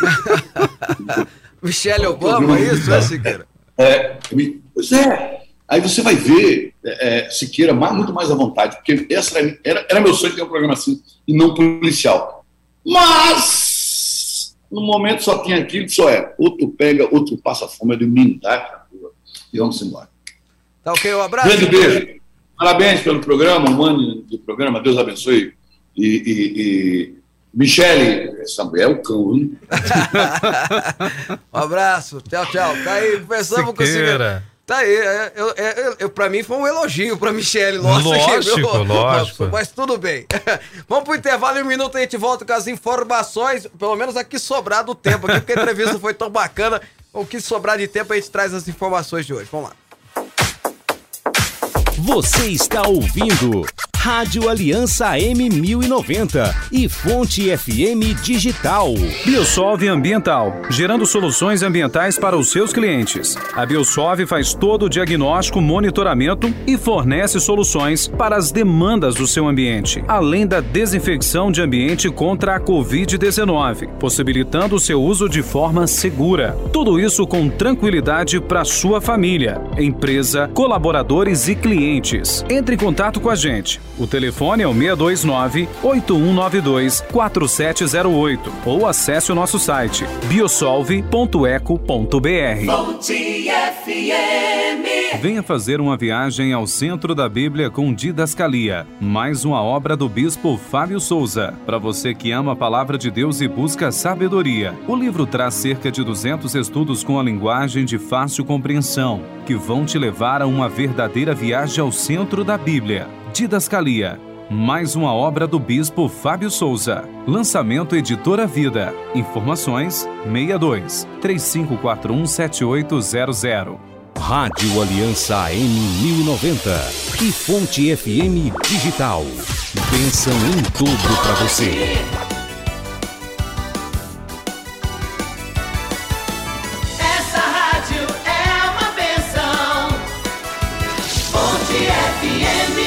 Michele Obama, isso, Siqueira? Pois é. Aí você vai ver Siqueira muito mais à vontade, porque essa era meu sonho ter um programa assim, e não policial. Mas, no momento, só tem aquilo, outro pega, outro passa fome, é de humildade, e vamos embora. Tá ok, um abraço. Grande beijo. Parabéns pelo programa, um ano do programa, Deus abençoe. E Michele, Samuel Cão, hein? Um abraço, tchau. Tá aí, conversamos com o Siqueira. Tá aí, pra mim foi um elogio pra Michele. Lógico. Mas tudo bem. Vamos pro intervalo, em um minuto a gente volta com as informações, pelo menos aqui sobrar do tempo aqui, porque a entrevista foi tão bacana. O que sobrar de tempo a gente traz as informações de hoje. Vamos lá. Você está ouvindo Rádio Aliança M1090 e Fonte FM Digital. Biosolve Ambiental, gerando soluções ambientais para os seus clientes. A Biosolve faz todo o diagnóstico, monitoramento e fornece soluções para as demandas do seu ambiente, além da desinfecção de ambiente contra a Covid-19, possibilitando o seu uso de forma segura. Tudo isso com tranquilidade para sua família, empresa, colaboradores e clientes. Entre em contato com a gente. O telefone é o 629-8192-4708 ou acesse o nosso site biosolve.eco.br. Venha fazer uma viagem ao centro da Bíblia com Didascalia, mais uma obra do bispo Fábio Souza. Para você que ama a palavra de Deus e busca sabedoria, o livro traz cerca de 200 estudos com a linguagem de fácil compreensão, que vão te levar a uma verdadeira viagem ao centro da Bíblia. Didascalia, mais uma obra do bispo Fábio Souza. Lançamento Editora Vida. Informações 62-3541-7800. Rádio Aliança M1090 e Fonte FM Digital. Bênção em dobro para você. Essa rádio é uma bênção. Fonte FM.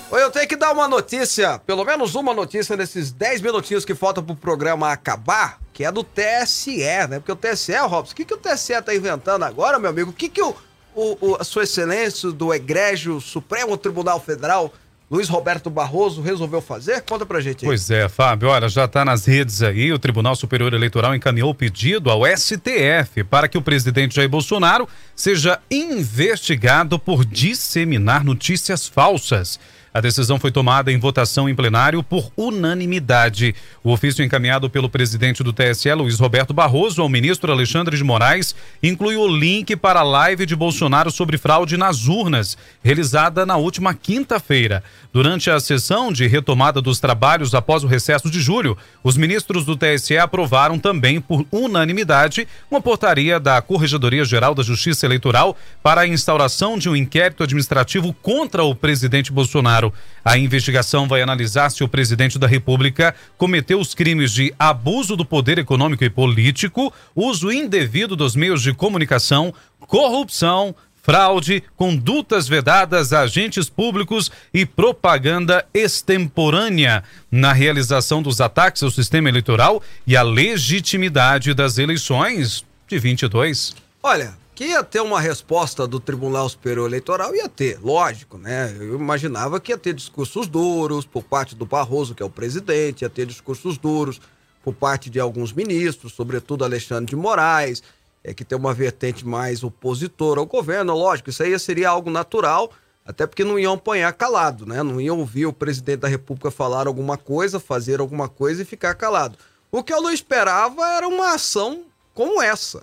Oi, eu tenho que dar uma notícia, pelo menos uma notícia nesses 10 minutinhos que faltam pro programa acabar, que é do TSE, né? Porque o TSE, Robson, o que o TSE tá inventando agora, meu amigo? O que a Sua Excelência do Egrégio Supremo Tribunal Federal, Luiz Roberto Barroso, resolveu fazer? Conta pra gente aí. Pois é, Fábio, olha, já tá nas redes aí, o Tribunal Superior Eleitoral encaminhou o pedido ao STF para que o presidente Jair Bolsonaro seja investigado por disseminar notícias falsas. A decisão foi tomada em votação em plenário por unanimidade. O ofício encaminhado pelo presidente do TSE, Luiz Roberto Barroso, ao ministro Alexandre de Moraes, inclui o link para a live de Bolsonaro sobre fraude nas urnas, realizada na última quinta-feira. Durante a sessão de retomada dos trabalhos após o recesso de julho, os ministros do TSE aprovaram também, por unanimidade, uma portaria da Corregedoria Geral da Justiça Eleitoral para a instauração de um inquérito administrativo contra o presidente Bolsonaro. A investigação vai analisar se o presidente da República cometeu os crimes de abuso do poder econômico e político, uso indevido dos meios de comunicação, corrupção, fraude, condutas vedadas a agentes públicos e propaganda extemporânea na realização dos ataques ao sistema eleitoral e a legitimidade das eleições de 22. Olha, que ia ter uma resposta do Tribunal Superior Eleitoral, ia ter, lógico, né? Eu imaginava que ia ter discursos duros por parte do Barroso, que é o presidente, ia ter discursos duros por parte de alguns ministros, sobretudo Alexandre de Moraes, que tem uma vertente mais opositora ao governo. Lógico, isso aí seria algo natural, até porque não iam apanhar calado, né? Não iam ouvir o presidente da República falar alguma coisa, fazer alguma coisa e ficar calado. O que eu não esperava era uma ação como essa.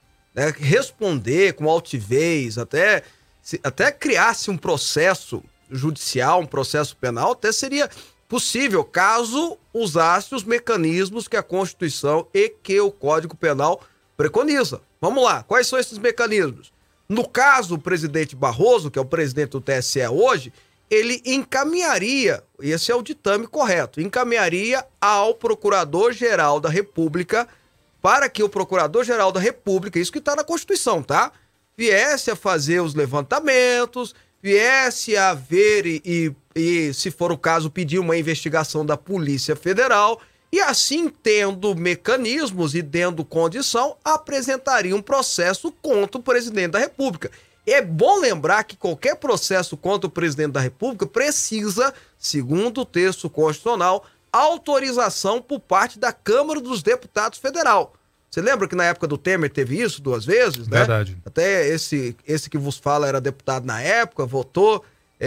Responder com altivez, até criasse um processo judicial, um processo penal, até seria possível, caso usasse os mecanismos que a Constituição e que o Código Penal preconiza. Vamos lá, quais são esses mecanismos? No caso, o presidente Barroso, que é o presidente do TSE hoje, ele encaminharia, esse é o ditame correto, encaminharia ao Procurador-Geral da República para que o Procurador-Geral da República, isso que está na Constituição, tá? Viesse a fazer os levantamentos, viesse a ver e, se for o caso, pedir uma investigação da Polícia Federal e, assim, tendo mecanismos e dando condição, apresentaria um processo contra o presidente da República. É bom lembrar que qualquer processo contra o presidente da República precisa, segundo o texto constitucional, autorização por parte da Câmara dos Deputados Federal. Você lembra que na época do Temer teve isso 2 vezes, né? Verdade. Até esse que vos fala era deputado na época, votou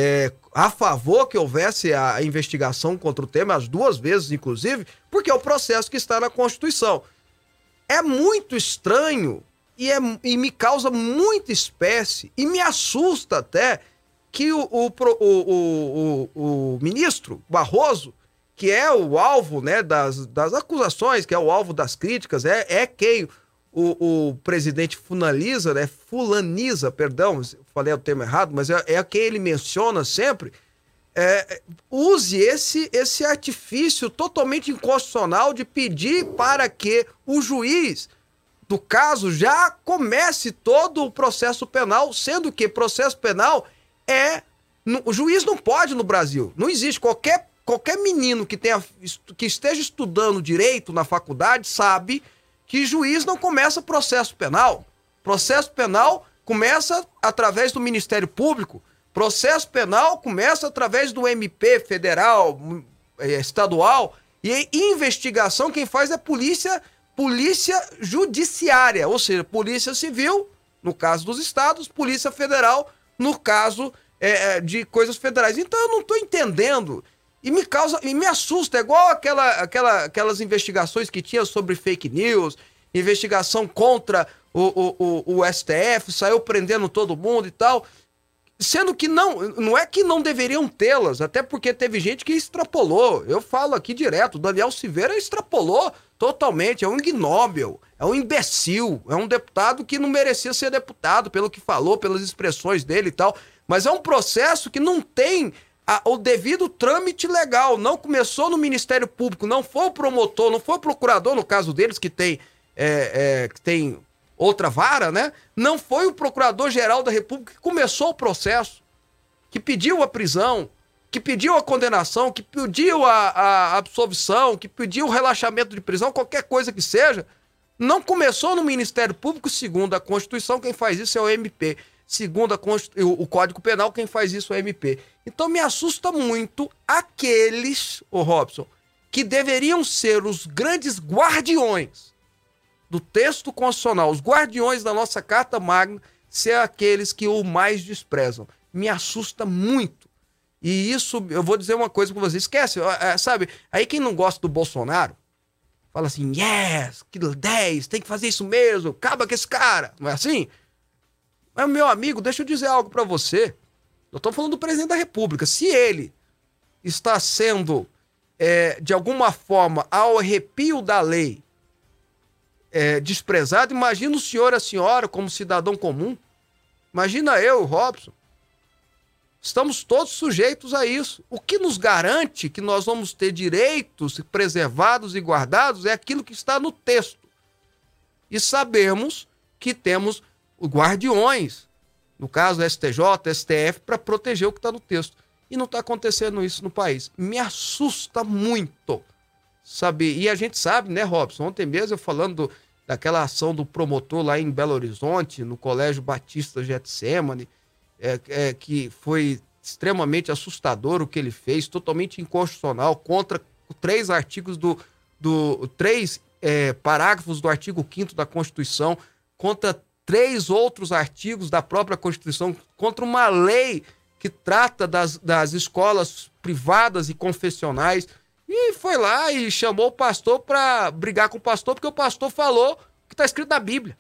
a favor que houvesse a investigação contra o Temer, as 2 vezes, inclusive, porque é o processo que está na Constituição. É muito estranho e me causa muita espécie e me assusta até que o ministro Barroso, que é o alvo, né, das acusações, que é o alvo das críticas, é quem o presidente fulaniza, falei o termo errado, mas é quem ele menciona sempre, use esse artifício totalmente inconstitucional de pedir para que o juiz do caso já comece todo o processo penal, sendo que processo penal o juiz não pode no Brasil, não existe qualquer menino que esteja estudando direito na faculdade sabe que juiz não começa processo penal. Processo penal começa através do Ministério Público. Processo penal começa através do MP federal, estadual. E investigação quem faz é polícia judiciária, ou seja, polícia civil, no caso dos estados, polícia federal, no caso de coisas federais. Então eu não estou entendendo. E me assusta, é igual aquelas investigações que tinha sobre fake news, investigação contra o STF, saiu prendendo todo mundo e tal, sendo que não é que não deveriam tê-las, até porque teve gente que extrapolou. Eu falo aqui direto, o Daniel Silveira extrapolou totalmente, é um ignóbil, é um imbecil, é um deputado que não merecia ser deputado pelo que falou, pelas expressões dele e tal, mas é um processo que não tem o devido trâmite legal, não começou no Ministério Público, não foi o promotor, não foi o procurador, no caso deles, que tem outra vara, né? Não foi o Procurador-Geral da República que começou o processo, que pediu a prisão, que pediu a condenação, que pediu a absolvição, que pediu o relaxamento de prisão, qualquer coisa que seja, não começou no Ministério Público. Segundo a Constituição, quem faz isso é o MP. Segundo o Código Penal, quem faz isso é o MP. Então me assusta muito aqueles, Robson, que deveriam ser os grandes guardiões do texto constitucional, os guardiões da nossa Carta Magna, ser aqueles que o mais desprezam. Me assusta muito. E isso, eu vou dizer uma coisa pra você, esquece, sabe? Aí quem não gosta do Bolsonaro, fala assim, yes, que 10, tem que fazer isso mesmo, acaba com esse cara, não é assim? Mas, meu amigo, deixa eu dizer algo pra você. Eu tô falando do presidente da República. Se ele está sendo, de alguma forma, ao arrepio da lei, desprezado, imagina o senhor e a senhora como cidadão comum. Imagina eu, Robson. Estamos todos sujeitos a isso. O que nos garante que nós vamos ter direitos preservados e guardados é aquilo que está no texto. E sabemos que temos guardiões, no caso STJ, STF, para proteger o que está no texto. E não está acontecendo isso no país. Me assusta muito, sabe? E a gente sabe, né, Robson? Ontem mesmo eu falando daquela ação do promotor lá em Belo Horizonte, no Colégio Batista Getsemane, que foi extremamente assustador o que ele fez, totalmente inconstitucional, contra 3 artigos três parágrafos do artigo 5º da Constituição, contra 3 outros artigos da própria Constituição, contra uma lei que trata das escolas privadas e confessionais, e foi lá e chamou o pastor para brigar com o pastor, porque o pastor falou o que está escrito na Bíblia.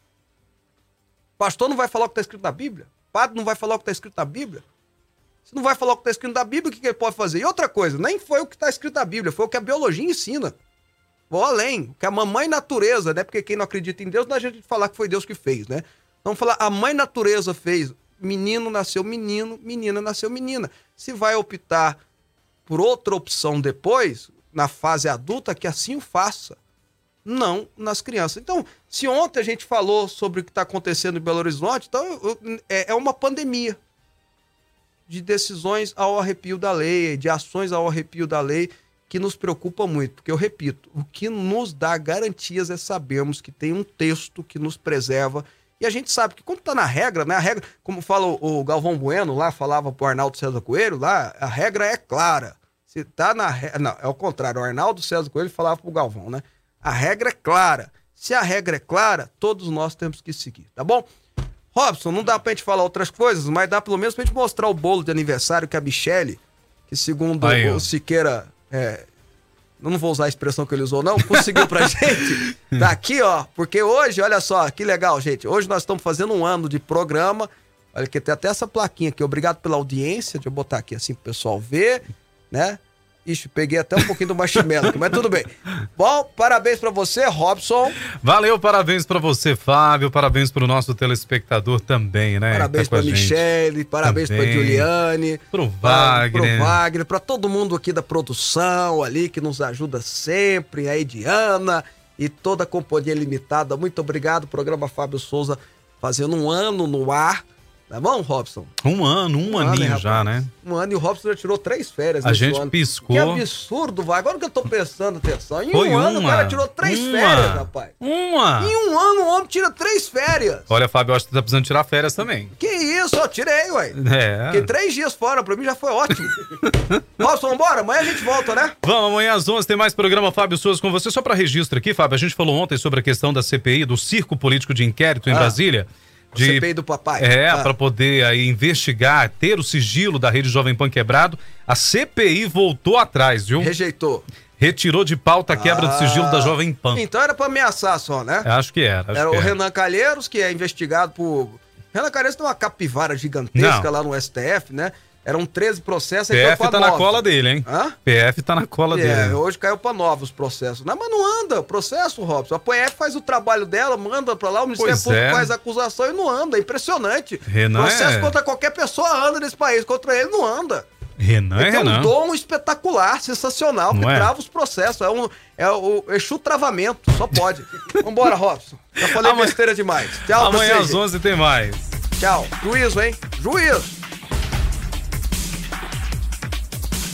O pastor não vai falar o que está escrito na Bíblia? O padre não vai falar o que está escrito na Bíblia? Se não vai falar o que está escrito na Bíblia, o que ele pode fazer? E outra coisa, nem foi o que está escrito na Bíblia, foi o que a biologia ensina. Vou além, o que a mamãe natureza, né? Porque quem não acredita em Deus, não é a gente falar que foi Deus que fez, né? Vamos falar, a mãe natureza fez. Menino nasceu menino, menina nasceu menina. Se vai optar por outra opção depois, na fase adulta, que assim o faça. Não nas crianças. Então, se ontem a gente falou sobre o que está acontecendo em Belo Horizonte, então é uma pandemia de decisões ao arrepio da lei, de ações ao arrepio da lei, que nos preocupa muito. Porque, eu repito, o que nos dá garantias é sabermos que tem um texto que nos preserva. E a gente sabe que quando tá na regra, né? A regra, como fala o Galvão Bueno lá, falava pro Arnaldo César Coelho lá, a regra é clara. Se tá na regra. Não, é o contrário. O Arnaldo César Coelho falava pro Galvão, né? A regra é clara. Se a regra é clara, todos nós temos que seguir, tá bom? Robson, não dá pra gente falar outras coisas, mas dá pelo menos pra gente mostrar o bolo de aniversário que a Michele, que segundo o Siqueira, não vou usar a expressão que ele usou, não, conseguiu pra gente. Tá aqui, ó, porque hoje, olha só, que legal, gente. Hoje nós estamos fazendo um ano de programa. Olha que tem até essa plaquinha aqui. Obrigado pela audiência. Deixa eu botar aqui assim pro pessoal ver, né? Ixi, peguei até um pouquinho do marshmallow aqui, mas tudo bem. Bom, parabéns pra você, Robson. Valeu, parabéns pra você, Fábio. Parabéns pro nosso telespectador também, né? Parabéns pra Michele, parabéns pra Juliane. Pro Wagner. Pra todo mundo aqui da produção ali, que nos ajuda sempre. A Ediana e toda a Companhia Limitada. Muito obrigado. Programa Fábio Souza fazendo um ano no ar. Tá bom, Robson? Um aninho já, né? Um ano, e o Robson já tirou 3 férias. A gente ano. Piscou. Que absurdo, vai. Agora que eu tô prestando atenção. Em um ano o cara tirou 3 férias, rapaz. Em um ano o homem tira 3 férias. Olha, Fábio, eu acho que tá precisando tirar férias também. Que isso, eu tirei, ué. Fiquei 3 dias fora, pra mim já foi ótimo. Robson, vambora? Amanhã a gente volta, né? Vamos, amanhã às 11 tem mais programa Fábio Souza com você. Só pra registro aqui, Fábio, a gente falou ontem sobre a questão da CPI, do circo político de inquérito em Brasília. CPI do papai. Para poder aí investigar, ter o sigilo da Rede Jovem Pan quebrado. A CPI voltou atrás, viu? Rejeitou. Retirou de pauta a quebra do sigilo da Jovem Pan. Então era pra ameaçar só, né? Acho que era. Era o Renan Calheiros, que é investigado por... Renan Calheiros tem uma capivara gigantesca lá no STF, né? Eram 13 processos. PF tá na cola dele, hein? Hã? PF tá na cola dele. Hoje caiu pra 9 os processos. Não, mas não anda o processo, Robson. A PF faz o trabalho dela, manda pra lá, o Ministério Público faz a acusação e não anda. É impressionante. Renan processo contra qualquer pessoa anda nesse país, contra ele não anda. Renan ele tem um dom espetacular, sensacional, não que trava os processos. É o Exu Travamento, só pode. Vambora, Robson. Já falei besteira demais. Tchau, amanhã às 11 tem mais. Tchau. Juízo, hein? Juízo.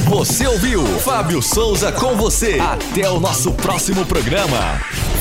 Você ouviu Fábio Souza com você. Até o nosso próximo programa.